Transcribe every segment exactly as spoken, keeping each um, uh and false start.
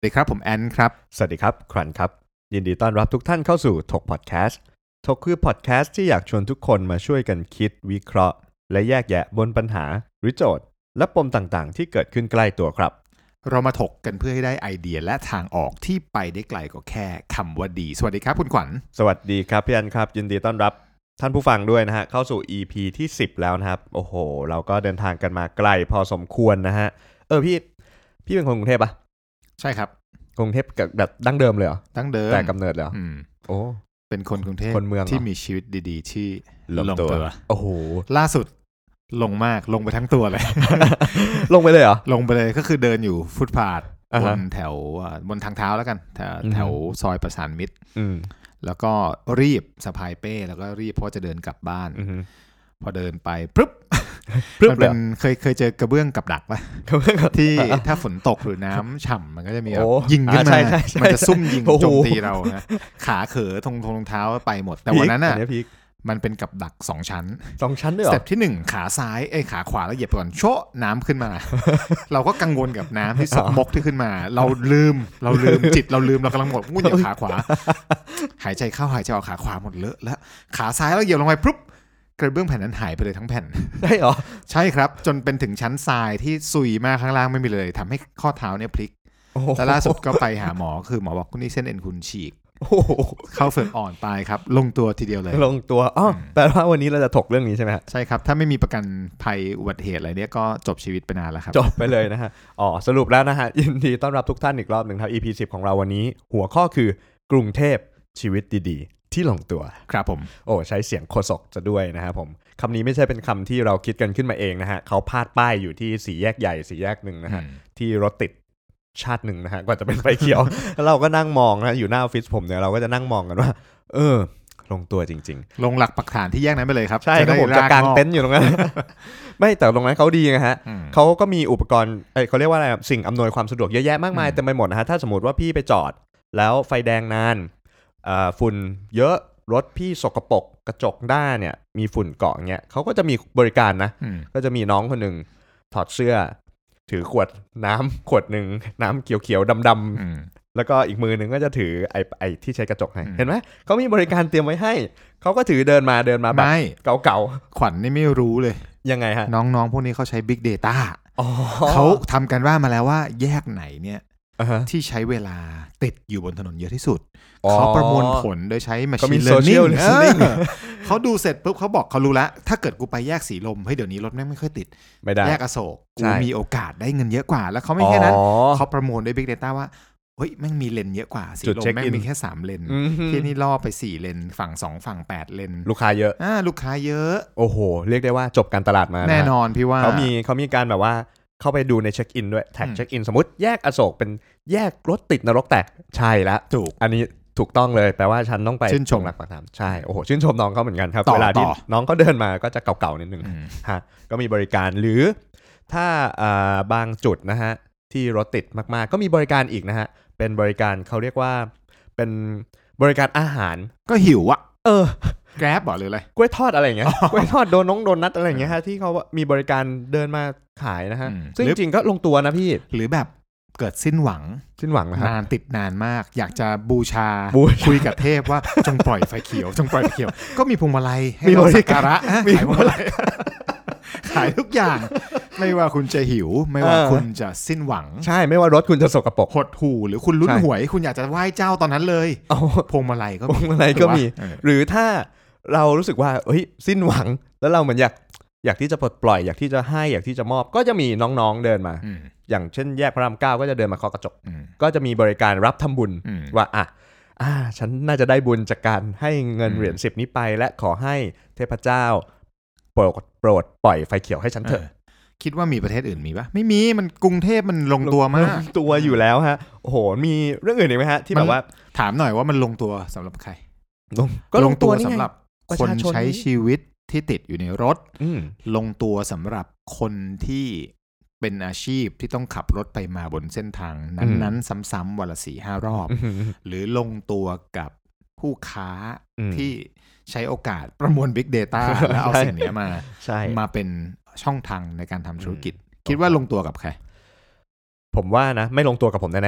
สวัสดีครับผมแอนครับสวัสดีครับครันครับยินดีต้อนรับทุกท่านเข้าสู่ถกพอดแคสต์ถกคือพอดแคสต์ที่อยากชวนทุกคนมาช่วยกันคิดวิเคราะห์และแยกแยะบนปัญหาหรือโจทย์และปมต่างๆที่เกิดขึ้นใกล้ตัวครับเรามาถกกันเพื่อให้ได้ไอเดียและทางออกที่ไปได้ไกลกว่าแค่คำว่าดีสวัสดีครับคุณขวัญสวัสดีครับพี่อันครับยินดีต้อนรับท่านผู้ฟังด้วยนะฮะเข้าสู่ อี พี ที่สิบแล้วนะครับโอ้โหเราก็เดินทางกันมาไกลพอสมควรนะฮะเออพี่พี่เป็นคนกรุงเทพปะใช่ครับกรุงเทพแบบดั้งเดิมเลยเหรอดั้งเดิมแต่กำเนิดเลยเหรอโอ้เป็นคนกรุงเทพคนเมืองที่มีชีวิตดีๆที่ลงตัวโอ้โหล่าสุดลงมากลงไปทั้งตัวเลยลงไปเลยเหรอลงไปเลยก็คือเดินอยู่ฟุตพาธบนแถวบนทางเท้าแล้วกันแถวแถวซอยประสานมิตรแล้วก็รีบสะพายเป้แล้วก็รีบเพราะจะเดินกลับบ้านพอเดินไปปึ๊บมันเป็นเคยเคยเจอกระเบื้องกับดักป่ะที่ถ้าฝนตกหรือน้ำฉ่ำมันก็จะมียิงขึ้นมามันจะซุ่มยิงโจมตีเรานะขาเขอทงทงรองเท้าไปหมดแต่วันนั้นน่ะมันเป็นกับดักสองชั้นสองชั้นด้วยเหรอสเต็ปที่หนึ่งขาซ้ายไอ้ขาขวาแล้วเหยียบก่อนโชะน้ำขึ้นมาเราก็กังวลกับน้ำที่สกมกที่ขึ้นมาเราลืมเราลืมจิตเราลืมเรากำลังหมดมุ่งเหยียบขาขวาหายใจเข้าหายใจออกขาขวาหมดเลอะแล้วขาซ้ายเราเหยียบลงไปปุ๊บกระเบื้องแผ่นนั้นหายไปเลยทั้งแผ่นใช่เหรอใช่ครับจนเป็นถึงชั้นทรายที่ซุยมากข้างล่างไม่มีเลยทำให้ข้อเท้าเนี่ยพลิกแต่ล่าสุดก็ไปหาหมอคือหมอบอกคุณนี่เส้นเอ็นคุณฉีกเข้าเฟือกอ่อนตายครับลงตัวทีเดียวเลยลงตัวอ๋อแปลว่าวันนี้เราจะถกเรื่องนี้ใช่ไหมใช่ครับถ้าไม่มีประกันภัยอุบัติเหตุอะไรเนี้ยก็จบชีวิตไปนานแล้วครับจบไปเลยนะฮะอ๋อสรุปแล้วนะฮะยินดีต้อนรับทุกท่านอีกรอบหนึ่งครับ อี พี สิบของเราวันนี้หัวข้อคือกรุงเทพชีวิตดีๆที่ลงตัวครับผมโอ้ใช้เสียงโฆษกจะด้วยนะครับผมคำนี้ไม่ใช่เป็นคำที่เราคิดกันขึ้นมาเองนะฮะเขาพาดป้ายอยู่ที่สี่แยกใหญ่สี่แยกหนึ่งนะฮะที่รถติดชาติหนึ่งนะฮะกว่าจะเป็นไฟเขียว แล้วเราก็นั่งมองนะอยู่หน้าออฟฟิศผมเนี่ยเราก็จะนั่งมองกันว่าเออลงตัวจริงๆลงหลักปักฐานที่แยกนั้นไปเลยครับใช่ครับผมจะกางเต็นท์อยู่ตรงนั้น ไม่แต่ตรงนั้นเขาดีนะฮะเขาก็มีอุปกรณ์เอ้ยเขาเรียกว่าอะไรสิ่งอำนวยความสะดวกเยอะแยะมากมายเต็มไปหมดนะฮะถ้าสมมติว่าพี่ไปจอดแล้วไฟแดงนานอ่าฝุ่นเยอะรถพี่สกปรกกระจกหน้าเนี่ยมีฝุ่นเกาะเงี้ยเขาก็จะมีบริการนะก็จะมีน้องคนหนึ่งถอดเสื้อถือขวดน้ำขวดหนึ่งน้ำเขียวๆดำๆแล้วก็อีกมือหนึ่งก็จะถือไอ้ไอ้ที่ใช้กระจกให้เห็นไหมเขามีบริการเตรียมไว้ให้เขาก็ถือเดินมาเดินมาแบบเก่าๆขวัญนี่ไม่รู้เลยยังไงฮะน้องๆพวกนี้เขาใช้ Big Data เขาทำกันว่ามาแล้วว่าแยกไหนเนี่ย uh-huh. ที่ใช้เวลาติดอยู่บนถนนเยอะที่สุดเขาประมวลผลโดยใช้ Machine Learning เขาดูเสร็จปุ๊บเขาบอกเขารู้แล้วถ้าเกิดกูไปแยกสีลมเฮ้ยเดี๋ยวนี้รถแม่งไม่ค่อยติดแยกอโศกกูมีโอกาสได้เงินเยอะกว่าแล้วเขาไม่แค่นั้นเขาประมวลด้วย Big Data ว่าเฮ้ยแม่งมีเลนเยอะกว่าสีลมแม่งมีแค่สามเลนที่นี่ล่อไปสี่เลนฝั่งสองฝั่งแปดเลนลูกค้าเยอะอ่าลูกค้าเยอะโอ้โหเรียกได้ว่าจบการตลาดมาแน่นอนพี่ว่าเขามีเขามีการแบบว่าเข้าไปดูในเช็คอินด้วยแท็กเช็คอินสมมติแยกอโศกเป็นแยกรถติดนรกแตกใช่แล้วถูกอันนี้ถูกต้องเลยแปลว่าฉันต้องไปชื่นชมหลักปากถามใช่โอ้โหชื่นชมน้องเขาเหมือนกันครับเวลาที่น้องเขาเดินมาก็จะเก่าๆนิดนึงฮะก็มีบริการหรือถ้าอ่าบางจุดนะฮะที่รถติดมากๆก็มีบริการอีกนะฮะเป็นบริการเขาเรียกว่าเป็นบริการอาหารก็หิวอะเออแกร็บบอกเลยอะไรกล้วยทอดอะไรอย่างเงี้ยกล้วยทอดโดนน้องโดนนัดอะไรอย่างเงี้ยฮะที่เขามีบริการเดินมาขายนะฮะซึ่งจริงๆก็ลงตัวนะพี่หรือแบบเกิดสิ้นหวังสิ้นหวังนะฮะนานติดนานมากอยากจะบูชาคุยกับเทพว่าจงปล่อยไฟเขียวจงปล่อยไฟเขียวก็มีพวงมาลัยให้เราสักการะขายพวงมาลัยขายทุกอย่างไม่ว่าคุณจะหิวไม่ว่าคุณจะสิ้นหวังใช่ไม่ว่ารถคุณจะสกปรกหดหู่หรือคุณลุ้นหวยคุณอยากจะไหว้เจ้าตอนนั้นเลยพวงมาลัยก็พวงมาลัยก็มีหรือถ้าเรารู้สึกว่าเฮ้ยสิ้นหวังแล้วเราเหมือนอยากอยากที่จะปลดปล่อยอยากที่จะให้อยากที่จะมอบก็จะมีน้องๆเดินมาอย่างเช่นแยกพระรามเก้าก็จะเดินมาเคาะกระจกก็จะมีบริการรับทำบุญว่าอ่ะอ่าฉันน่าจะได้บุญจากการให้เงินเหรียญสิบนี้ไปและขอให้เทพเจ้าโปรดโปรดปล่อยไฟเขียวให้ฉันเถอะคิดว่ามีประเทศอื่นมีปะไม่มีมันกรุงเทพมันลงตัวมากตัวอยู่แล้วฮะโอ้โหมีเรื่องอื่นอีกไหมฮะที่แบบว่าถามหน่อยว่ามันลงตัวสำหรับใครก็ลงตัวสำหรับคนใช้ชีวิตที่ติดอยู่ในรถลงตัวสำหรับคนที่เป็นอาชีพที่ต้องขับรถไปมาบนเส้นทางนั้นๆซ้ำๆวันละสี่ห้ารอบหรือลงตัวกับผู้ค้าที่ใช้โอกาสประมวล Big Data แล้วเอาสิ่งนี้มามาเป็นช่องทางในการทำธุรกิจคิดว่าลงตัวกับใครผมว่านะไม่ลงตัวกับผมแน่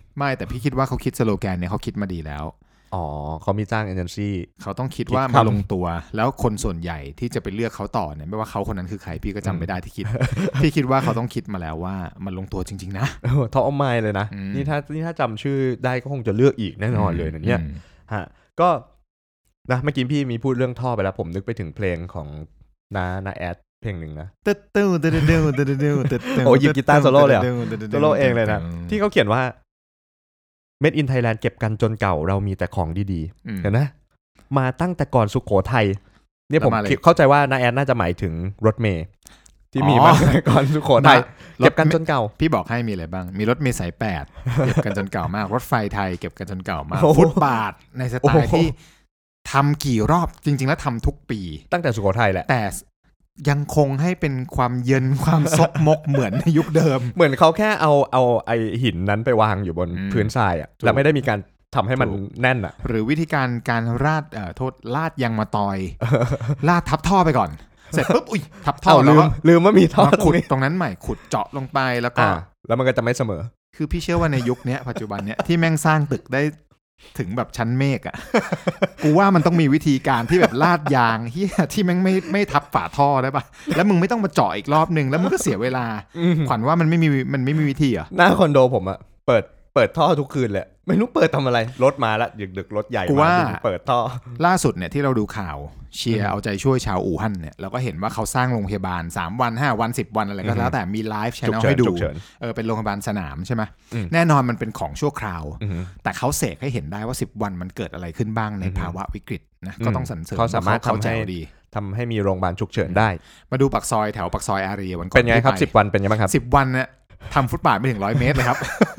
ไม่แต่พี่คิดว่าเขาคิดสโลแกนเนี่ยเขาคิดมาดีแล้วอ๋อเขามีจ้างเอเจนซี่เขาต้องคิดว่ามาลงตัวแล้วคนส่วนใหญ่ที่จะไปเลือกเขาต่อเนี่ยไม่ว่าเขาคนนั้นคือใครพี่ก็จำไม่ได้ที่คิด พี่คิดว่าเขาต้องคิดมาแล้วว่ามันลงตัวจริงๆนะท็อปออฟไมล์เลยนะนี่ถ้านี่ถ้าจำชื่อได้ก็คงจะเลือกอีกแน่นอนเลยนะเนี่ยฮะก็นะเมื่อกี้พี่มีพูดเรื่องท่อไปแล้วผมนึกไปถึงเพลงของนานาแอดเพลงหนึ่งนะตึ๊ดตึ๊ดตึ๊ดตึ๊ดตึ๊ดตึ๊ดตึ๊ดโอ้หยิบกีตาร์โซโล่เลยโซโล่เองเลยนะที่เขาเขียนว่าMade in Thailand เก็บกันจนเก่าเรามีแต่ของดีๆเห็นไหมมาตั้งแต่ก่อนสุโขทัยเนี่ยผมเข้าใจว่านาแอดน่าจะหมายถึงรถเมล์ที่มีมาก่อนสุโขทัยเก็บกันจนเก่าพี่บอกให้มีอะไรบ้างมีรถเมล์สายแปดเก็บกันจนเก่ามากรถไฟไทยเก็บกันจนเก่ามากฟุตบาทในสไตล์ที่ทำกี่รอบจริงๆแล้วทำทุกปีตั้งแต่สุโขทัยแหละแต่ยังคงให้เป็นความเย็นความซกมกเหมือนในยุคเดิมเหมือนเขาแค่เอาเอาไอหินนั้นไปวางอยู่บนพื้นทรายอ่ะแล้วไม่ได้มีการทำให้มันแน่นอ่ะหรือวิธีการการราดเอ่อโทษลาดยางมะตอยลาดทับท่อไปก่อนเสร็จปุ๊บอุ้ยทับท่อแล้วก็ลืมว่ามีท่อขุดตรงนั้นใหม่ขุดเจาะลงไปแล้วก็แล้วมันก็จะไม่เสมอคือพี่เชื่อว่าในยุคนี้ปัจจุบันเนี้ยที่แม่งสร้างตึกได้ถึงแบบชั้นเมฆอ่ะ กูว่ามันต้องมีวิธีการที่แบบลาดยางที่ที่แม่งไม่ไม่ทับฝาท่อได้ป่ะแล้วมึงไม่ต้องมาเจาะอีกรอบนึงแล้วมึงก็เสียเวลาขวัญว่ามันไม่มีมันไม่มีวิธีอ่ะหน้าคอนโดผมอ่ะเปิดเปิดท่อทุกคืนเลยไม่รู้เปิดทำอะไรรถมาละดึกๆรถใหญ่มาเปิดท่อล่าสุดเนี่ยที่เราดูข่าวเชียร์เอาใจช่วยชาวอู่ฮั่นเนี่ยเราก็เห็นว่าเขาสร้างโรงพยาบาลสามวันห้าวันสิบวันอะไรก็แล้วแต่มีไลฟ์แชนแนลให้ดูเออเป็นโรงพยาบาลสนามใช่ไหมแน่นอนมันเป็นของชั่วคราวแต่เขาเสกให้เห็นได้ว่าสิบวันมันเกิดอะไรขึ้นบ้างในภาวะวิกฤตนะก็ต้องสรรเสริญเขาสามารถทำให้ดีทำให้มีโรงพยาบาลฉุกเฉินได้มาดูปากซอยแถวปากซอยอารีวันก่อนเป็นไงครับสิบวันเป็นยังไงบ้างครับสิบวันเนี่ยทำฟุตบาทไม่ถึงร้อยเมตรเลยครับ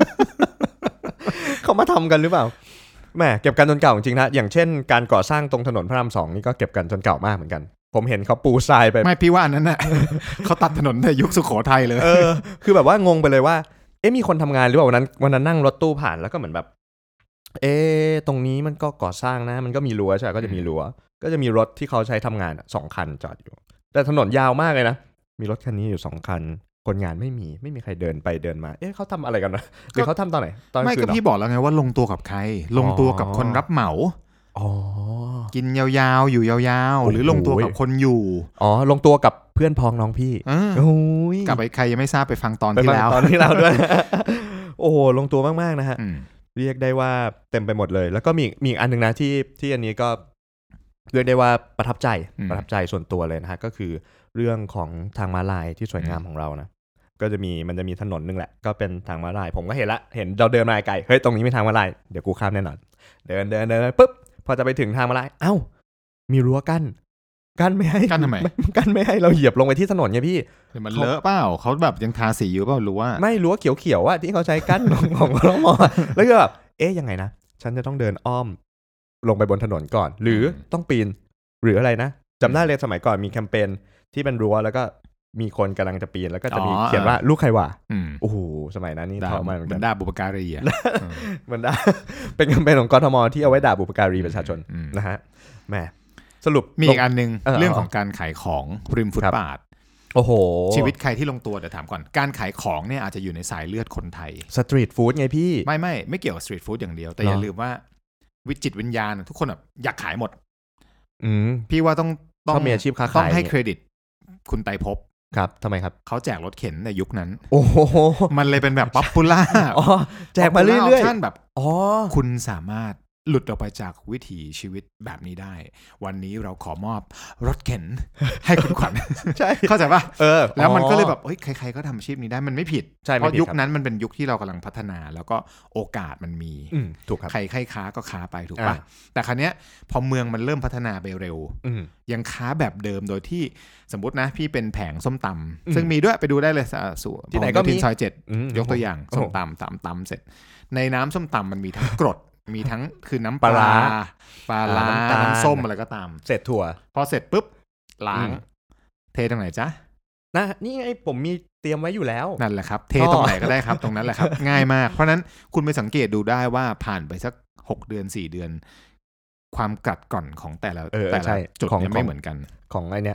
เขามาทำกันหรือเปล่าแหมเก็บกันจนเก่าจริงๆนะอย่างเช่นการก่อสร้างตรงถนนพระรามสองนี่ก็เก็บกันจนเก่ามากเหมือนกันผมเห็นเขาปูทรายไปไม่พี่ว่าอันนั้นน่ะ เขาตัดถนนในยุคสุโขทัยเลยเออคือแบบว่างงไปเลยว่าเอ๊ะมีคนทำงานหรือเปล่าวันนั้นวันนั้นนั่งรถตู้ผ่านแล้วก็เหมือนแบบเอ๊ะตรงนี้มันก็ก่อสร้างนะมันก็มีรั้วใช่ไหมก็จะมีรั้วก็จะมีรถที่เขาใช้ทำงานสองคันจอดอยู่แต่ถนนยาวมากเลยนะมีรถคันนี้อยู่สองคันคนงานไม่มีไม่มีใครเดินไปเดินมาเอ๊ะเขาทำอะไรกันนะหรือเขาทำตอนไหนตอนไม่ก็พี่บอกแล้วไงว่าลงตัวกับใครลงตัวกับคนรับเหมาอ๋อกินยาวๆอยู่ยาวๆหรือลงตัวกับคนอยู่อ๋อลงตัวกับเพื่อนพ้องน้องพี่โอ้ยกลับไปใครยังไม่ทราบไปฟังตอนที่แล้วตอนที่แล้วด้วยโอ้โหลงตัวมากๆนะฮะเรียกได้ว่าเต็มไปหมดเลยแล้วก็มีมีอีกอันนึงนะที่ที่อันนี้ก็เรียกได้ว่าประทับใจประทับใจส่วนตัวเลยนะฮะก็คือเรื่องของทางม้าลายที่สวยงามของเรานะก็จะมีมันจะมีถนนนึงแหละก็เป็นทางม้าลายผมก็เห็นละเห็นเราเดินมาไกลเฮ้ยตรงนี้มีทางม้าลายเดี๋ยวกูข้ามแน่นอนเดินเดินเดินปุ๊บพอจะไปถึงทางม้าลายเอ้ามีรั้วกั้นกั้นไม่ให้กั้นทำไมกั้นไม่ให้เราเหยียบลงไปที่ถนนไงพี่มันเลอะเปล่าเขาแบบยังทาสีอยู่เปล่ารู้ว่าไม่รั้วเขียวๆอ่ะที่เขาใช้กั้นของเรามอแล้วก็แบบเอ๊ยยังไงนะฉันจะต้องเดินอ้อมลงไปบนถนนก่อนหรือต้องปีนหรืออะไรนะจำได้เลยสมัยก่อนมีแคมเปญที่เป็นรั้วแล้วก็มีคนกำลังจะปีนแล้วก็จะมีเขียนว่าลูกใครวะโอ้โหสมัยนั้นนี่ทรมานเหมือนกันด่าบุปการีอ่ะมันด่าเป็นแคมเปญของกทมที่เอาไว้ด่าบุปการีประชาชนนะฮะแหมสรุปมีอีกอันนึงเรื่องของการขายของริมฟุตบาทโอ้โหชีวิตใครที่ลงตัวเดี๋ยวถามก่อนการขายของเนี่ยอาจจะอยู่ในสายเลือดคนไทยสตรีทฟู้ดไงพี่ไม่ไม่ไม่เกี่ยวกับสตรีทฟู้ดอย่างเดียวแต่อย่าลืมว่าวิจิตวิญญาณทุกคนแบบอยากขายหมดพี่ว่าต้องต้องมีอาชีพค้าขายต้องให้เครดิตคุณไตรภพครับทำไมครับเขาแจกรถเข็นในยุคนั้นโอ้โหมันเลยเป็นแบบป๊อปปูล่าอ๋อแจกมาเรื่อยๆแบบอ๋อคุณสามารถหลุดออกไปจากวิถีชีวิตแบบนี้ได้วันนี้เราขอมอบรถเข็นให้คุณขวัญใช่เข้าใจป่ะเออแล้วมันก็เลยแบบเฮ้ยใครๆก็ทำอาชีพนี้ได้มันไม่ผิดเพราะยุคนั้นมันเป็นยุคที่เรากำลังพัฒนาแล้วก็โอกาสมันมีถูกครับใครใครค้าก็ค้าไปถูกป่ะแต่ครั้งเนี้ยพอเมืองมันเริ่มพัฒนาไปเร็วยังค้าแบบเดิมโดยที่สมมตินะพี่เป็นแผงส้มตำซึ่งมีด้วยไปดูได้เลยสู่ที่ไหนก็มีซอยเจ็ดยกตัวอย่างส้มตำตำตำเสร็จในน้ำส้มตำมันมีทั้งกรดมีทั้งคือน้ำปลาปลาล้าน้ำส้มอะไรก็ตามเสร็จถั่วพอเสร็จปุ๊บล้างเทตรงไหนจ๊ะนะนี่ไงผมมีเตรียมไว้อยู่แล้วนั่นแหละครับเทตรงไหนก็ได้ครับตรงนั้นแหละครับง่ายมากเพราะนั้นคุณไปสังเกตดูได้ว่าผ่านไปสักหกเดือนสี่เดือนความกัดก่อนของแต่ละแต่ละจุดเนี่ยไม่เหมือนกันของไอเนี้ย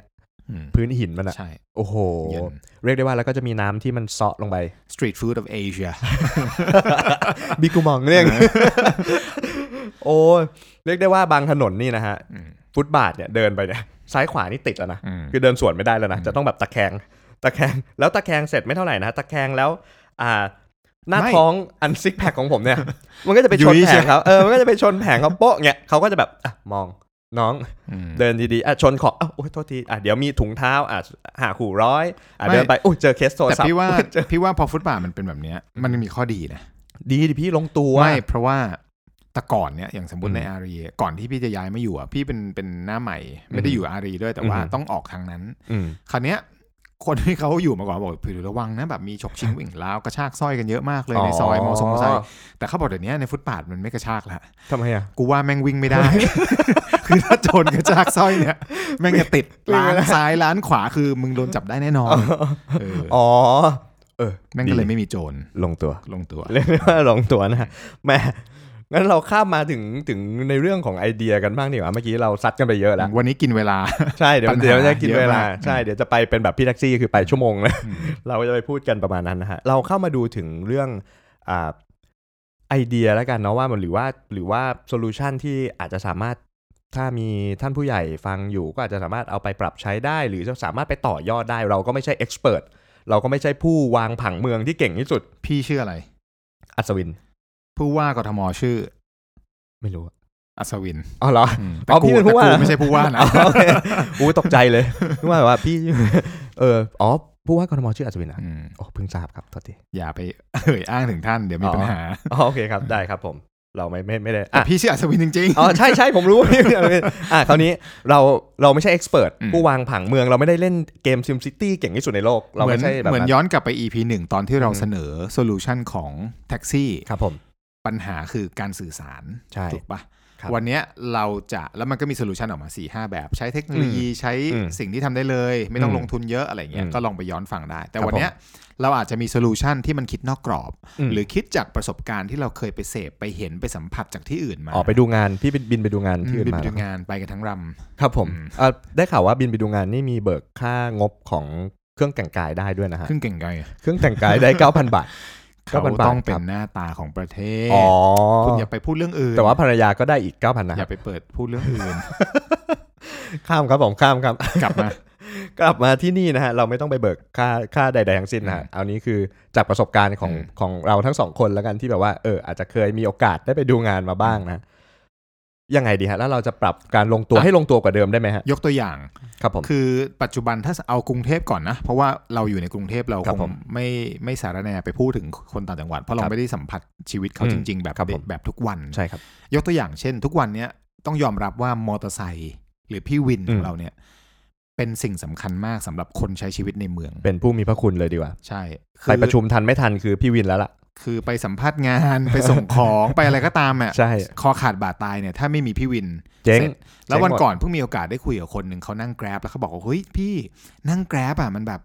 พื้นหินมันอ่ะใช่โอ้โหเรียกได้ว่าแล้วก็จะมีน้ำที่มันเซาะลงไป Street Food of Asia บิกุมองเนี่ยโอ้เรียกได้ว่าบางถนนนี่นะฮะฟุตบาทเนี่ยเดินไปเนี่ยซ้ายขวานี่ติดแล้วนะคือเดินสวนไม่ได้แล้วนะจะต้องแบบตะแคงตะแคงแล้วตะแคงเสร็จไม่เท่าไหร่นะตะแคงแล้วอ่าหน้าท้องอันซิกแพคของผมเนี่ยมันก็จะไปชนแผงเขาเออมันก็จะไปชนแผงเขาโป๊ะเนี่ยเขาก็จะแบบอ่ะมองน้องเดินดีๆอ่ะชนขอบอ้าวโอ้ยโทษทีอ่ะเดี๋ยวมีถุงเท้าอ่ะหาขู่ร้อยอ่ะเดินไปอุ้ยเจอเคสโทรศัพท์แต่พี่ว่าพี่ว่าพอฟุตบาทมันเป็นแบบนี้มันมีข้อดีนะดีดิพี่ลงตัวไม่เพราะว่าแต่ก่อนเนี่ยอย่างสมมติในอารีก่อนที่พี่จะย้ายมาอยู่อ่ะพี่เป็นเป็นหน้าใหม่ไม่ได้อยู่อารีด้วยแต่ว่าต้องออกทางนั้นคราวเนี้ยคนที่เขาอยู่มาก่อนบอกพี่ระวังนะแบบมีฉกชิงวิ่งแล้วกระชากสร้อยกันเยอะมากเลยในซอยมอซงมอไซค์แต่เขาบอกเดี๋ยวนี้ในฟุตบาทมันไม่กระชากแล้วทำไมอ่ะกูว่าแม่งวิ่งไม่ได้ คือถ้าโจรกระชากสร้อยเนี่ยแม่งจะติดล้านซ้ายล้านขวาคือมึงโดนจับได้แน่นอนอ๋อเออแม่งก็เลยไม่มีโจรลงตัวลงตัวเรียกว่าลงตัวนะแม่งั้นเราข้ามมาถึงถึงในเรื่องของไอเดียกันบ้างดีกว่าเมื่อกี้เราซัดกันไปเยอะแล้ววันนี้กินเวลาใช่เดี๋ยวเดี๋ยวจะกินเวลาใช่เดี๋ยวจะไปเป็นแบบพี่แท็กซี่คือไปชั่วโมงเลยเราจะไปพูดกันประมาณนั้นนะฮะเราเข้ามาดูถึงเรื่องอ่าไอเดียแล้วกันเนาะว่ามันหรือว่าหรือว่าโซลูชันที่อาจจะสามารถถ้ามีท่านผู้ใหญ่ฟังอยู่ก็อาจจะสามารถเอาไปปรับใช้ได้หรือจะสามารถไปต่อยอดได้เราก็ไม่ใช่เอ็กซ์เพิร์ทเราก็ไม่ใช่ผู้วางผังเมืองที่เก่งที่สุดพี่ชื่ออะไรอัศวินผู้ว่ากทมชื่อไม่รู้อัศวินอ๋อเหรออ๋อพี่เป็นผู้ว่าไม่ใช่ผู้ว่านะอู้ตกใจเลยผู้ว่าแบบว่าพี่เอออ๋อผู้ว่ากทมชื่ออัศวินอ่ะโอ้เพิ่งทราบครับโทษทีอย่าไปเอ่ยอ้างถึงท่านเดี๋ยวมีปัญหาอ๋อโอเคครับได้ครับผมเราไม่ไม่ไม่ได้แต่พี่ชื่ออัศวินจริงๆอ๋อใช่ใช่ผมรู้พี่อ่ะคราวนี้เราเราไม่ใช่เอ็กซ์เพิร์ทผู้วางผังเมืองเราไม่ได้เล่นเกม Sim City เก่งที่สุดในโลกเราไม่ใช่แบบเหมือนย้อนกลับไป อี พี หนึ่งตอนที่เราเสนอโซลูชันของแท็กซี่ครับผมปัญหาคือการสื่อสารถูกปะวันนี้เราจะแล้วมันก็มีโซลูชันออกมา สี่ห้า แบบใช้เทคโนโลยีใช้สิ่งที่ทำได้เลยไม่ต้องลงทุนเยอะอะไรเงี้ยก็ลองไปย้อนฟังได้แต่วันนี้เราอาจจะมีโซลูชันที่มันคิดนอกกรอบหรือคิดจากประสบการณ์ที่เราเคยไปเสพไปเห็นไปสัมผัสจากที่อื่นมาอ๋อไปดูงานพี่บินไปดูงานที่อื่นมาบินไปดูงานไปกันทั้งรำครับผมได้ข่าวว่าบินไปดูงานนี่มีเบิกค่างบของเครื่องแต่งกายได้ด้วยนะฮะเครื่องแต่งกายเครื่องแต่งกายได้ เก้าพัน บาทเขาต้องเป็นหน้าตาของประเทศคุณอย่าไปพูดเรื่องอื่นแต่ว่าภรรยาก็ได้อีก เก้าพัน นะอย่าไปเปิดพูดเรื่องอื่นข้ามครับผมข้ามครับกลับมากลับมาที่นี่นะฮะเราไม่ต้องไปเบิกค่าค่าใดๆทั้งสิ้นนะฮะเอานี้คือจากประสบการณ์ของของเราทั้งสองคนแล้วกันที่แบบว่าเอออาจจะเคยมีโอกาสได้ไปดูงานมาบ้างนะยังไงดีฮะแล้วเราจะปรับการลงตัวให้ลงตัวกว่าเดิมได้ไหมฮะยกตัวอย่างครับผมคือปัจจุบันถ้าเอากรุงเทพก่อนนะเพราะว่าเราอยู่ในกรุงเทพเราคงไม่ไม่สารแนไปพูดถึงคนต่างจังหวัดเพราะเราไม่ได้สัมผัสชีวิตเขาจริงๆแบบแบบทุกวันใช่ครับยกตัวอย่างเช่นทุกวันนี้ต้องยอมรับว่ามอเตอร์ไซค์หรือพี่วินของเราเนี่ยเป็นสิ่งสำคัญมากสำหรับคนใช้ชีวิตในเมืองเป็นผู้มีพระคุณเลยดีกว่าใช่ไปประชุมทันไม่ทันคือพี่วินแล้วล่ะคือไปสัมภาษณ์งานไปส่งของไปอะไรก็ตามอ่ะใช่คอขาดบาดตายเนี่ยถ้าไม่มีพี่วินเจ๊งแล้ววันก่อนเพิ่งมีโอกาสได้คุยกับคนหนึ่งเขานั่ง Grab แล้วเขาบอกว่าเฮ้ยพี่นั่ง Grab อ่ะมันแบบ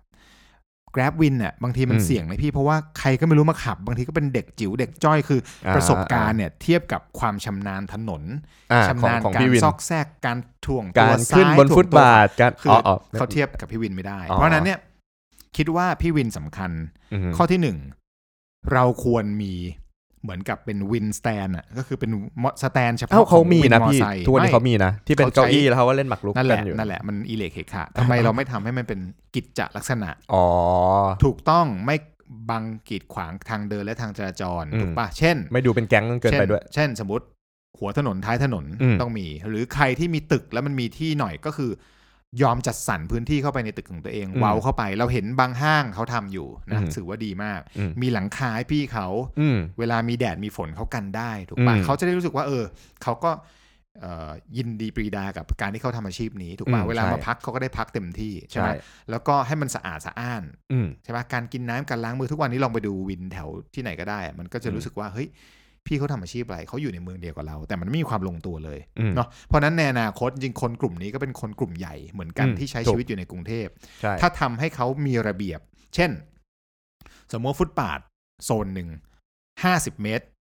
Grab Win อ่ะบางทีมันเสี่ยงนะพี่เพราะว่าใครก็ไม่รู้มาขับบางทีก็เป็นเด็กจิ๋วเด็กจ้อยคือประสบการณ์เนี่ยเทียบกับความชำนาญถนนชำนาญการซอกแซกการถ่วงการขึ้นบนฟุตบาทการคือเขาเทียบกับพี่วินไม่ได้เพราะนั้นเนี่ยคิดว่าพี่วินสำคัญข้อที่หนึ่งเราควรมีเหมือนกับเป็นวินสแตนอ่ะก็คือเป็นสแตนเฉพาะเขามีนะพี่ทุกวันนี้เขามีนะที่เป็นเก้าอี้แล้วเขาก็เล่นหมากรุกกันอยู่นั่นแหละมันอิเล็กเคค่ะทำไมเราไม่ทำให้มันเป็นกิจจลักษณะอ๋อถูกต้องไม่บังกีดขวางทางเดินและทางจราจรถูกป่ะเช่นไม่ดูเป็นแก๊งเกินไปด้วยเช่นสมมติหัวถนนท้ายถนนต้องมีหรือใครที่มีตึกแล้วมันมีที่หน่อยก็คือยอมจัดสรรพื้นที่เข้าไปในตึกของตัวเองเว้าเข้าไปเราเห็นบางห้างเขาทำอยู่นะถือว่าดีมากมีหลังคาให้พี่เขาเวลามีแดดมีฝนเขากันได้ถูกป่ะเขาจะได้รู้สึกว่าเออเขาก็ยินดีปรีดากับการที่เขาทำอาชีพนี้ถูกป่ะเวลามาพักเขาก็ได้พักเต็มที่ใช่ไหมแล้วก็ให้มันสะอาดสะอ้านใช่ป่ะการกินน้ำการล้างมือทุกวันนี้ลองไปดูวินแถวที่ไหนก็ได้มันก็จะรู้สึกว่าเฮ้ยพี่เขาทำอาชีพอะไรเขาอยู่ในเมืองเดียวกับเราแต่มันไม่มีความลงตัวเลยเนาะเพราะนั้นในอนาคตจริงคนกลุ่มนี้ก็เป็นคนกลุ่มใหญ่เหมือนกันที่ใช้ชีวิตอยู่ในกรุงเทพถ้าทำให้เขามีระเบียบเช่นสมมติฟุตบาทโซนหนึ่งห้าสิบเมตร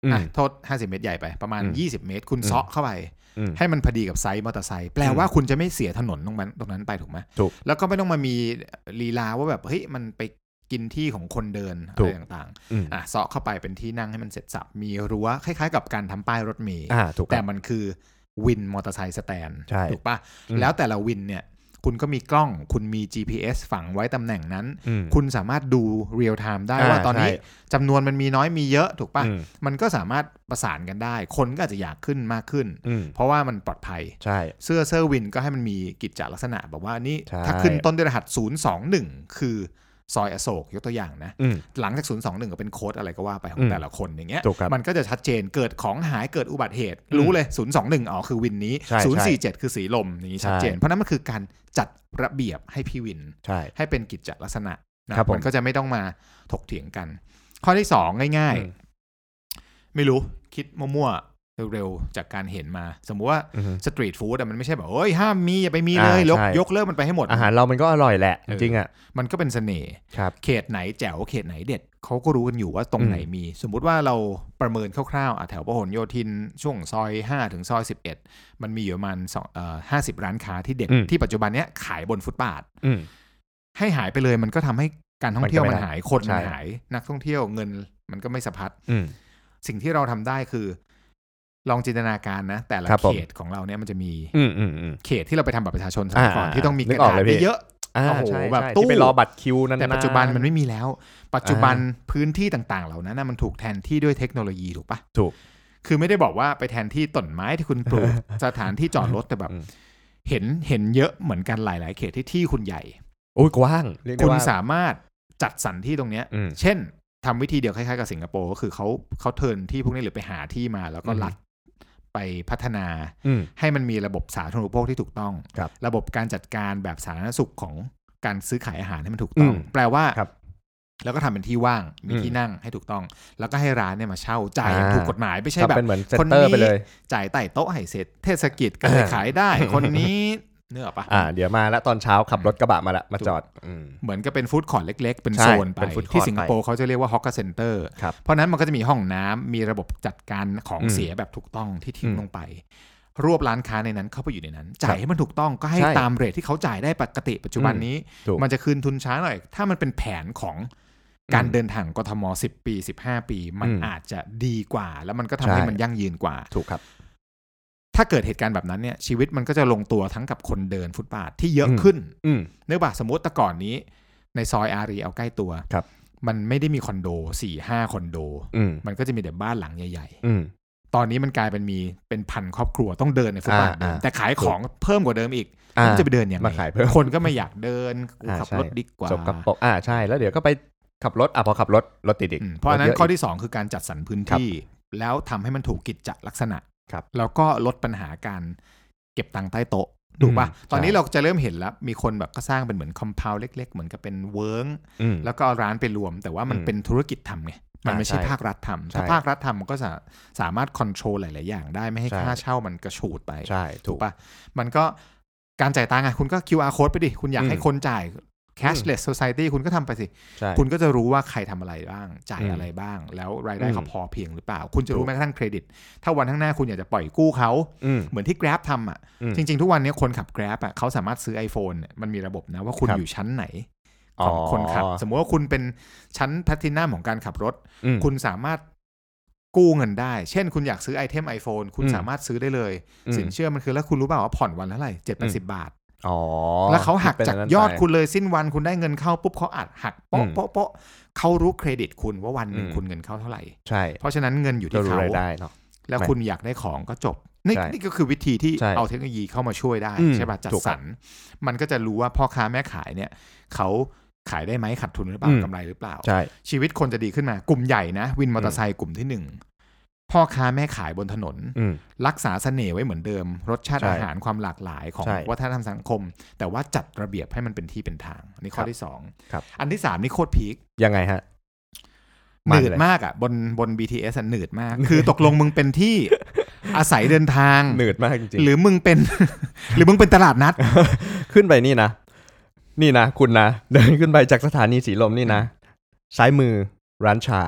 อ่ะโทษห้าสิบเมตรใหญ่ไปประมาณยี่สิบเมตรคุณเซาะเข้าไปให้มันพอดีกับไซส์มอเตอร์ไซค์แปลว่าคุณจะไม่เสียถนนตรงนั้นตรงนั้นไปถูกไหมถูกแล้วก็ไม่ต้องมามีลีลาว่าแบบเฮ้ยมันไปกินที่ของคนเดินอะไรต่างๆอ่ะเซาะเข้าไปเป็นที่นั่งให้มันเสร็จสับมีรั้วคล้ายๆกับการทำป้ายรถเมล์แต่มันคือวินมอเตอร์ไซค์สแตนถูกป่ะแล้วแต่ละวินเนี่ยคุณก็มีกล้องคุณมี จี พี เอส ฝังไว้ตำแหน่งนั้นคุณสามารถดูเรียลไทม์ได้ว่าตอนนี้จำนวนมันมีน้อยมีเยอะถูกป่ะมันก็สามารถประสานกันได้คนก็อาจจะอยากขึ้นมากขึ้นเพราะว่ามันปลอดภัยเสื้อเซอร์วินก็ให้มันมีกิจจลักษณะแบบว่านี่ถ้าขึ้นต้นด้วยรหัสศูนย์ สอง หนึ่งคือซอยอโศกยกตัวอย่างนะหลังจากศูนย์ สอง หนึ่งก็เป็นโค้ดอะไรก็ว่าไปของแต่ละคนอย่างเงี้ยมันก็จะชัดเจนเกิดของหายเกิดอุบัติเหตุรู้เลยศูนย์ สอง หนึ่งอ๋อคือวินนี้ศูนย์ สี่ เจ็ดคือสีลมอย่างนี้ชัดเจนเพราะนั้นมันคือการจัดระเบียบให้พี่วินให้เป็นกิจจลักษณะนะมันก็จะไม่ต้องมาถกเถียงกันข้อที่สองง่ายๆไม่รู้คิดมั่วเร็วๆจากการเห็นมาสมมุติว่าสตรีทฟู้ดมันไม่ใช่แบบเอ้ยห้ามมีอย่าไปมีเลยยกยกเลิกมันไปให้หมดอาหารเรามันก็อร่อยแหละจริงๆอ่ะมันก็เป็นเสน่ห์เขตไหนแจ๋วเขตไหนเด็ดเขาก็รู้กันอยู่ว่าตรงไหนมีสมมุติว่าเราประเมินคร่าวๆแถวพหลโยธินช่วงซอยห้าถึงซอยสิบเอ็ดมันมีอยู่ประมาณเอ่อห้าสิบร้านค้าที่เด็ดที่ปัจจุบันเนี้ยขายบนฟุตบาทให้หายไปเลยมันก็ทำให้การท่องเที่ยวมันหายคนมันหายนักท่องเที่ยวเงินมันก็ไม่สะพัดสิ่งที่เราทำได้คือลองจินตนาการนะแต่ละเขตของเราเนี่ยมันจะมีเขตที่เราไปทำบัตรประชาชนสมัยก่อนที่ต้องมีกระดาษเยอะโอ้โหแบบตู้ไปรอบัตรคิวนั่นแต่ปัจจุบันมันไม่มีแล้วปัจจุบันพื้นที่ต่างๆเหล่านั้นมันถูกแทนที่ด้วยเทคโนโลยีถูกปะถูกคือไม่ได้บอกว่าไปแทนที่ต้นไม้ที่คุณปลูกสถานที่จอดรถแต่แบบเห็นเห็นเยอะเหมือนกันหลายๆเขตที่ที่คุณใหญ่โอ้ยกว้างคุณสามารถจัดสรรที่ตรงเนี้ยเช่นทำวิธีเดียวคล้ายๆกับสิงคโปร์ก็คือเขาเขาเทิร์นที่พวกนี้หรือไปหาที่มาแล้วก็ลัดไปพัฒนาให้มันมีระบบสาธารณูปโภคที่ถูกต้องระบบการจัดการแบบสาธารณสุขของการซื้อขายอาหารให้มันถูกต้องแปลว่าแล้วก็ทำเป็นที่ว่างมีที่นั่งให้ถูกต้องแล้วก็ให้ร้านเนี่ยมาเช่าจ่ายถูกกฎหมายไม่ใช่แบบคนนี้จ่ายใต้โต๊ะให้เสร็จเทศกิจก็เลยขายได้คนนี้เนื้อปะอ่าเดี๋ยวมาแล้วตอนเช้าขับรถกระบะมาละมาจอดเหมือนกับเป็นฟู้ดคอร์ทเล็กๆเป็นโซนไปที่สิงคโปร์เขาจะเรียกว่าฮอกเกอร์เซ็นเตอร์เพราะนั้นมันก็จะมีห้องน้ำมีระบบจัดการของเสียแบบถูกต้องที่ทิ้งลงไปรวบร้านค้าในนั้นเข้าไปอยู่ในนั้นจ่ายให้มันถูกต้องก็ให้ตามเรทที่เขาจ่ายได้ปกติปัจจุบันนี้มันจะคืนทุนช้าหน่อยถ้ามันเป็นแผนของการเดินทางกทมสิบปีสิบห้าปีมันอาจจะดีกว่าแล้วมันก็ทำให้มันยั่งยืนกว่าถูกครับถ้าเกิดเหตุการณ์แบบนั้นเนี่ยชีวิตมันก็จะลงตัวทั้งกับคนเดินฟุตบาทที่เยอะขึ้นเนื่องจากสมมติแต่ก่อนนี้ในซอยอารีเอาใกล้ตัวมันไม่ได้มีคอนโด สี่ห้า คอนโดมันก็จะมีแต่บ้านหลังใหญ่ๆตอนนี้มันกลายเป็นมีเป็นพันครอบครัวต้องเดินในฟุตบาทแต่ขายของเพิ่มกว่าเดิมอีกมันจะไปเดินยังไงคนก็ไม่อยากเดินขับรถดีกว่าจบกับอ่าใช่แล้วเดี๋ยวก็ไปขับรถอ่ะพอขับรถรถติดอีกเพราะนั้นข้อที่สองคือการจัดสรรพื้นที่แล้วทำให้มันถูกกิจจลักษณะแล้วก็ลดปัญหาการเก็บตังค์ใต้โต๊ะถูกป่ะตอนนี้เราจะเริ่มเห็นแล้วมีคนแบบก็สร้างเป็นเหมือนคอมเพลเล็กๆเหมือนกับเป็นเวิร์กแล้วก็ร้านไปรวมแต่ว่ามันเป็นธุรกิจทำไงมันไม่ใช่ภาครัฐทำถ้าภาครัฐทำมันก็จะสามารถคอนโทรลหลายๆอย่างได้ไม่ให้ค่าเช่ามันกระฉูดไปถูกป่ะมันก็การจ่ายตังค์อ่ะคุณก็ คิว อาร์ code ไปดิคุณอยากให้คนจ่ายcashless society คุณก็ทำไปสิคุณก็จะรู้ว่าใครทำอะไรบ้างจ่ายอะไรบ้างแล้วรายได้เขาพอเพียงหรือเปล่าคุณจะรู้แม้กระทั่งเครดิตถ้าวันข้างหน้าคุณอยากจะปล่อยกู้เขาเหมือนที่ Grab ทำอ่ะจริงๆทุกวันนี้คนขับ Grab อ่ะเขาสามารถซื้อ iPhone มันมีระบบนะว่าคุณอยู่ชั้นไหนของคนขับสมมติว่าคุณเป็นชั้นแพลทินัมของการขับรถคุณสามารถกู้เงินได้เช่นคุณอยากซื้อไอเทม iPhone คุณสามารถซื้อได้เลยสินเชื่อมันคือแล้วคุณรู้เปล่าว่าผ่อนวันเท่าไหร่ เจ็ดถึงสิบ บาทแล้วเขาหักจากยอดคุณเลยสิ้นวันคุณได้เงินเข้าปุ๊บเขาอัดหักโป๊ะโป๊ะโป๊ะเขารู้เครดิตคุณว่าวันหนึ่งคุณเงินเข้าเท่าไหร่ใช่เพราะฉะนั้นเงินอยู่ที่เขาแล้วคุณอยากได้ของก็จบนี่นี่ก็คือวิธีที่เอาเทคโนโลยีเข้ามาช่วยได้ใช่ป่ะจัดสรรมันก็จะรู้ว่าพ่อค้าแม่ขายเนี่ยเขาขายได้ไหมขาดทุนหรือเปล่ากำไรหรือเปล่าชีวิตคนจะดีขึ้นมากลุ่มใหญ่นะวินมอเตอร์ไซค์กลุ่มที่หนึ่งพ่อค้าแม่ขายบนถนนรักษาเสน่ห์ไว้เหมือนเดิมรสชาติอาหารความหลากหลายของวัฒนธรรมสังคมแต่ว่าจัดระเบียบให้มันเป็นที่เป็นทางนี่ข้อที่สองอันที่สามนี่โคตรพีคยังไงฮะหนืดมากอ่ะบนบน บี ที เอส หนืดมากคือตกลงมึงเป็นที่อาศัยเดินทางหนืดมากจริงๆหรือมึงเป็นหรือมึงเป็นตลาดนัดขึ้นไปนี่นะนี่นะคุณนะเดินขึ้นไปจากสถานีสีลมนี่นะซ้ายมือร้านชา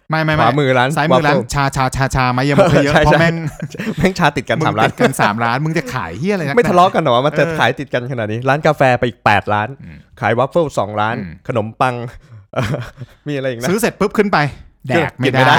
ไม่ไม่ขวามือร้านซ้ายมือร้านชาชาชาชามาเยอะมาเยอะเพราะแม่งแม่งชาติดกันสามร้านติดกันสามร้านมึงจะขายเหี้ยอะไรนักไม่ทะเลาะกันหรอมันจะขายติดกันขนาดนี้ร้านกาแฟไปอีกแปดร้านขายวอฟเฟิลสองร้านขนมปังมีอะไรอีกนะซื้อเสร็จปุ๊บขึ้นไปแดกไม่ได้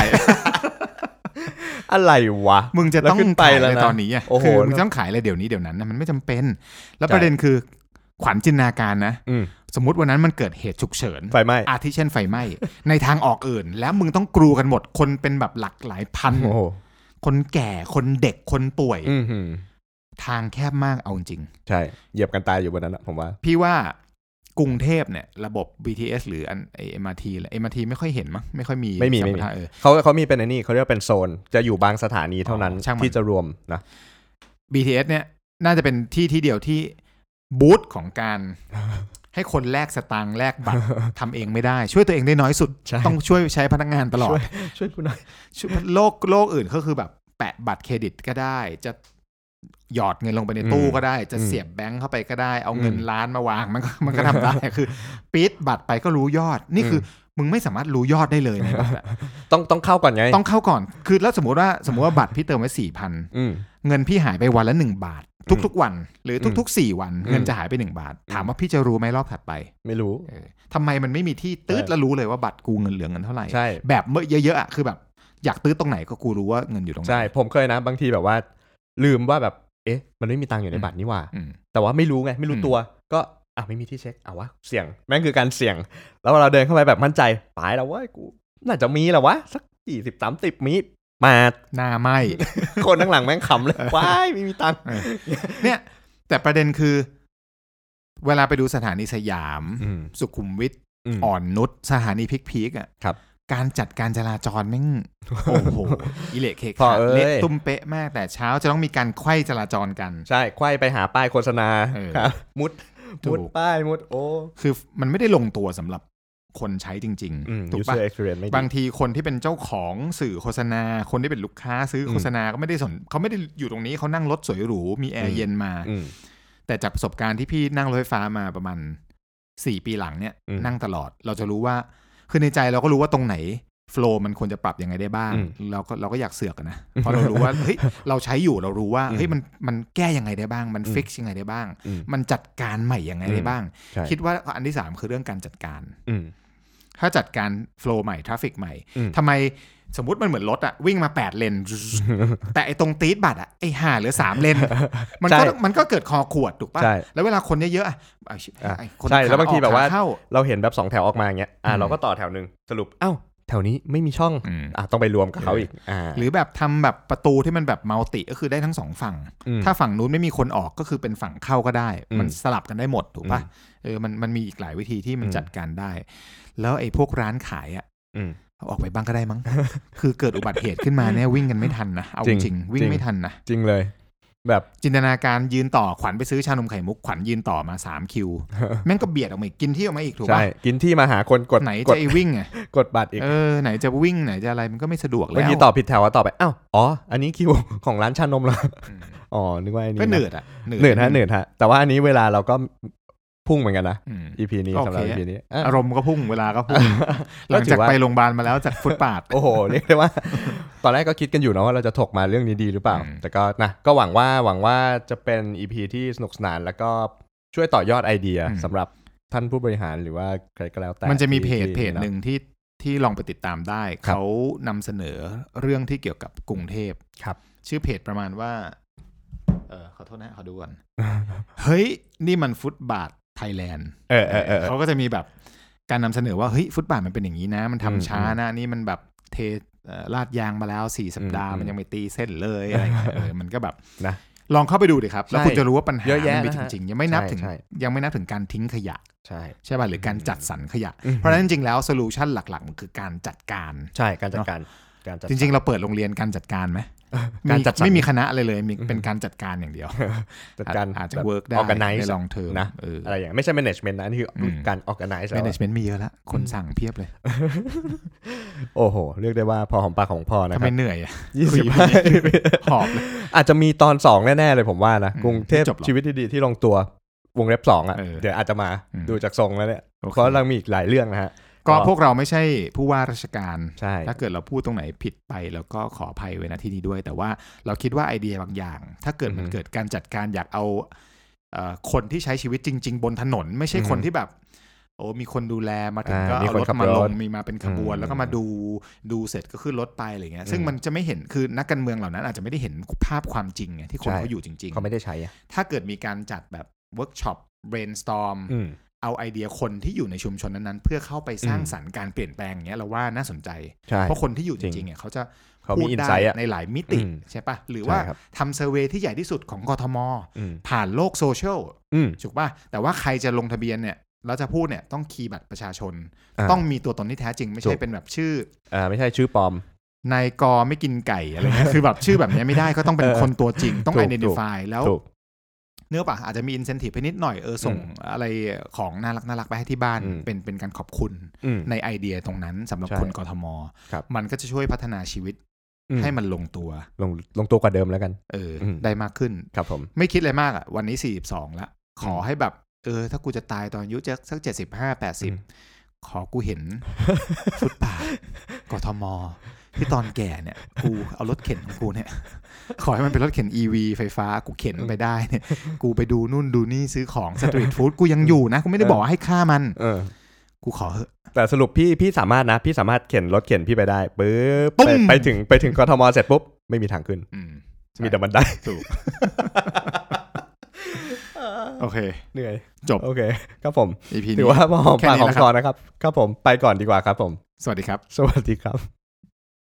อะไรวะมึงจะต้องไปแล้วตอนนี้อ่ะคือมึงต้องขายอะไรเดี๋ยวนี้เดี๋ยวนั้นนะมันไม่จำเป็นแล้วประเด็นคือขวัญจินตนาการนะสมมติวันนั้นมันเกิดเหตุฉุกเฉินไฟไหม้อาทิเช่นไฟไหม้ในทางออกอื่นแล้วมึงต้องกรูกันหมดคนเป็นแบบหลักหลายพันคนแก่คนเด็กคนป่วยทางแคบมากเอาจริงใช่เหยียบกันตายอยู่บนนั้นนะผมว่าพี่ว่ากรุงเทพเนี่ยระบบ บี ที เอส หรืออันไอ้ เอ็ม อาร์ ที แหละ เอ็ม อาร์ ที ไม่ค่อยเห็นมั้งไม่ค่อยมีไม่มีไม่มีเขาเขามีเป็นไอ้นี่เขาเรียกว่าเป็นโซนจะอยู่บางสถานีเท่านั้นที่จะรวมนะบี ที เอส เนี่ยน่าจะเป็นที่ที่เดียวที่บูธของการให้คนแลกสตางค์แลกบัตรทำเองไม่ได้ช่วยตัวเองได้น้อยสุดต้องช่วยใช้พนักงานตลอดช่วยกูหน่อยโลกโลกอื่นก็คือแบบแปะบัตรเครดิตก็ได้จะหยอดเงินลงไปในตู้ก็ได้จะเสียบแบงค์เข้าไปก็ได้เอาเงินล้านมาวางมันก็มันก็ทำได้คือปี๊ดบัตรไปก็รู้ยอดนี่คือมึงไม่สามารถรู้ยอดได้เลยในบัตรต้องต้องเข้าก่อนไงต้องเข้าก่อนคือแล้วสมมติว่าสมมติว่าบัตรพี่เติมไว้ สี่พัน เงินพี่หายไปวันละหนึ่งบาททุกๆวันหรือทุกๆสี่วันเงินจะหายไปหนึ่งบาทถามว่าพี่จะรู้ไหมรอบถัดไปไม่รู้ทำไมมันไม่มีที่ตื๊ดแล้วรู้เลยว่าบัตรกูเงินเหลือเงินเท่าไหร่แบบเมื่อเยอะๆอ่ะคือแบบอยากตื๊ดตรงไหนก็กูรู้ว่าเงินอยู่ตรงไหนใช่ผมเคยนะบางทีแบบว่าลืมว่าแบบเอ๊ะมันไม่มีตังค์อยู่ในบัตรนี่ว่าแต่ว่าไม่รู้ไงไม่รู้ตัวก็อ่ะไม่มีที่เช็คเอาวะเสี่ยงแม่งคือการเสี่ยงแล้วเราเดินเข้าไปแบบมั่นใจตายแล้วว่ากูน่าจะมีแหละวะสักยี่สิบ สามสิบมีมาหน้าไหมคนข้างหลังแม่งขำเลยว้ายไม่มีตังค์เนี่ยแต่ประเด็นคือเวลาไปดูสถานีสยามสุขุมวิทอ่อนนุชสถานีพีคๆอ่ะการจัดการจราจรแม่งโอ้โหอิเละเคคะเละตุ้มเป๊ะมากแต่เช้าจะต้องมีการไขว้จราจรกันใช่ไขว้ไปหาป้ายโฆษณาครับมุดมุดป้ายมุดโอ้คือมันไม่ได้ลงตัวสำหรับคนใช้จริงๆถูกปะบางทีคนที่เป็นเจ้าของสื่อโฆษณาคนที่เป็นลูกค้าซื้อโฆษณาก็ไม่ได้สนเขาไม่ได้อยู่ตรงนี้เขานั่งรถสวยหรูมีแอร์เย็นมาแต่จากประสบการณ์ที่พี่นั่งรถไฟฟ้ามาประมาณสี่ปีหลังเนี่ยนั่งตลอดเราจะรู้ว่าคือในใจเราก็รู้ว่าตรงไหนโฟลว์มันควรจะปรับยังไงได้บ้างเราก็เราก็อยากเสือกนะเพราะเรารู้ว่าเฮ้ยเราใช้อยู่เรารู้ว่าเฮ้ยมันมันแก้ยังไงได้บ้างมันฟิกซ์ยังไงได้บ้างมันจัดการใหม่ยังไงได้บ้างคิดว่าอันที่สามคือเรื่องการจัดการถ้าจัดการโฟลว์ใหม่ทราฟฟิกใหม่ทำไมสมมุติมันเหมือนรถอะวิ่งมาแปดเลนแต่ไอ้ตรงตีดบัตรอะไอ้ห่าเหลือสามเลนมันก็มันก็เกิดคอขวดถูกป่ะแล้วเวลาคนเยอะๆใช่แล้วบางทีแบบว่าเราเห็นแบบสองแถวออกมาอย่างเงี้ยอ่าเราก็ต่อแถวนึงสรุปเอ้าแถวนี้ไม่มีช่องอ่ะต้องไปรวมกับเขาอีกอ่าหรือแบบทำแบบประตูที่มันแบบมัลติก็คือได้ทั้งสองฝั่งถ้าฝั่งนู้นไม่มีคนออกก็คือเป็นฝั่งเข้าก็ได้มันสลับกันได้หมดถูกป่ะเออมันมันมีอีกหลายวิธีที่มันจัดการได้แล้วไอ้พวกร้านขายอ่ะเอาออกไปบ้างก็ได้มั้ง คือเกิดอุบัติเหตุขึ้นมาเนี่ยวิ่งกันไม่ทันนะเอาจริงวิ่งไม่ทันนะจริงเลยแบบจินตนาการยืนต่อขวัญไปซื้อชานมไข่มุกขวัญยืนต่อมาสามคิวแม่งก็เบียดออกมาอีกกินที่ออกมาอีกถูกป่ะใช่กินที่มาหาคนกดไหนจะไอ้วิ่งไงกดบัตรอีกเออไหนจะวิ่งไหนจะอะไรมันก็ไม่สะดวกแล้วเมื่อกี้ต่อผิดแถวต่อไปอ้าวอ๋ออันนี้คิวของร้านชานมแล้วอ๋อนึกว่าอันนี้ก็เหนื่อยอ่ะเหนื่อยฮะเหนื่อยฮะแต่ว่าอันนี้เวลาเราก็พุ่งเหมือนกันนะ อี พี นี้สำหรับ อี พี นี้อารมณ์ก็พุ่งเวลาก็พุ่งหลังจากไปโรงพยาบาลมาแล้วจากฟุตบาทโอ้โหเรียกได้ว่าตอนแรกก็คิดกันอยู่นะว่าเราจะถกมาเรื่องนี้ดีหรือเปล่าแต่ก็นะก็หวังว่าหวังว่าจะเป็น อี พี ที่สนุกสนานแล้วก็ช่วยต่อยอดไอเดียสำหรับท่านผู้บริหารหรือว่าใครก็แล้วแต่มันจะมีเพจเพจหนึ่งที่ที่ลองไปติดตามได้เขานำเสนอเรื่องที่เกี่ยวกับกรุงเทพครับชื่อเพจประมาณว่าเออขอโทษนะขอดูก่อนเฮ้ยนี่มันฟุตบาทไทยแลนด์เออเออเออเขาก็จะมีแบบการนำเสนอว่าเฮ้ยฟุตบาทมันเป็นอย่างนี้นะมันทำช้านะนี่มันแบบเทลาดยางมาแล้วสี่สัปดาห์มันยังไม่ตีเส้นเลยอะไรเออมันก็แบบนะลองเข้าไปดูดิครับแล้วคุณจะรู้ว่าปัญหามันมีจริงๆยังไม่นับถึงยังไม่นับถึงการทิ้งขยะใช่ใช่ป่ะหรือการจัดสรรขยะเพราะฉะนั้นจริงๆแล้วโซลูชันหลักๆมันคือการจัดการใช่การจัดการจริงๆเราเปิดโรงเรียนการจัดการไหมการจัดไม่มีคณะอะไรเลยมีเป็นการจัดการอย่างเดียวจัดการอาจจะเวิร์กได้ในลองเทอมนะอะไรอย่างไม่ใช่ management นะนี่คือการ organize management มีเยอะแล้วคนสั่งเพียบเลยโอ้โหเรียกได้ว่าพอหอมปากของพอนะครับทำไมเหนื่อยอ่ะยี่สิบหอบอาจจะมีตอนสองแน่ๆเลยผมว่านะกรุงเทพชีวิตที่ดีที่ลงตัววงเล็บสองอ่ะเดี๋ยวอาจจะมาดูจากทรงแล้วเนี่ยเพราะเรามีอีกหลายเรื่องนะฮะก็พวกเราไม่ใช่ผู้ว่าราชการใช่ถ้าเกิดเราพูดตรงไหนผิดไปแล้วก็ขออภัยไว้ณที่นี้ด้วยแต่ว่าเราคิดว่าไอเดียบางอย่างถ้าเกิดมันเกิดการจัดการอยากเอาเอ่อคนที่ใช้ชีวิตจริงๆบนถนนไม่ใช่คนที่แบบโอ้มีคนดูแลมาถึงก็เอารถมาลงมีมาเป็นขบวนแล้วก็มาดูดูเสร็จก็ขึ้นรถไปอะไรเงี้ยซึ่งมันจะไม่เห็นคือนักการเมืองเหล่านั้นอาจจะไม่ได้เห็นภาพความจริงไงที่คนเขาอยู่จริงๆเขาไม่ได้ใช้ถ้าเกิดมีการจัดแบบเวิร์กช็อป brainstorm เอาไอเดียคนที่อยู่ในชุมชนนั้นๆเพื่อเข้าไปสร้างสรรค์การเปลี่ยนแปลงอย่างเงี้ยเราว่าน่าสนใจเพราะคนที่อยู่จริงๆเนี่ยเขาจะพูดได้ในหลายมิติใช่ปะหรือว่าทำเซอร์เวย์ที่ใหญ่ที่สุดของกทมผ่านโลกโซเชียลถูกป่ะแต่ว่าใครจะลงทะเบียนเนี่ยเราจะพูดเนี่ยต้องคีย์บัตรประชาชนต้องมีตัวตนที่แท้จริงไม่ใช่เป็นแบบชื่ออ่าไม่ใช่ชื่อปลอมนายกไม่กินไก่อะไรเงี้ยคือแบบชื่อแบบนี้ไม่ได้ก็ต้องเป็นคนตัวจริงต้อง identify แล้วเนื้อป่ะอาจจะมี incentive ไปนิดหน่อยเออส่งอะไรของน่ารักน่ารักไปให้ที่บ้านเป็นเป็นการขอบคุณในไอเดียตรงนั้นสำหรับคนกทมมันก็จะช่วยพัฒนาชีวิตให้มันลงตัวลงลงตัวกว่าเดิมแล้วกันเออได้มากขึ้นครับผมไม่คิดอะไรมากอ่ะวันนี้สี่สิบสองละขอให้แบบเออถ้ากูจะตายตอนอายุสักเจ็ดสิบห้า แปดสิบขอกูเห็นฟุตบาทกทมที่ตอนแก่เนี่ยกูเอารถเข็นของกูเนี่ยขอให้มันเป็นรถเข็น อี วี ไฟฟ้ากูเข็นไปได้เนี่ยกูไปดูนู่นดูนี่ซื้อของสตรีทฟู้ดกูยังอยู่นะกูไม่ได้บอกให้ฆ่ามันกูขอเถอะแต่สรุปพี่พี่สามารถนะพี่สามารถเข็นรถเข็นพี่ไปได้ปึ๊บไปไปถึงไปถึงกทมเสร็จปุ๊บไม่มีทางขึ้นมีแต่บันไดถูกโอเคเหนื่อยจบโอเคครับผมถือว่าพอปากของคอนะครับครับผมไปก่อนดีกว่าครับผมสวัสดีครับสวัสดีครับ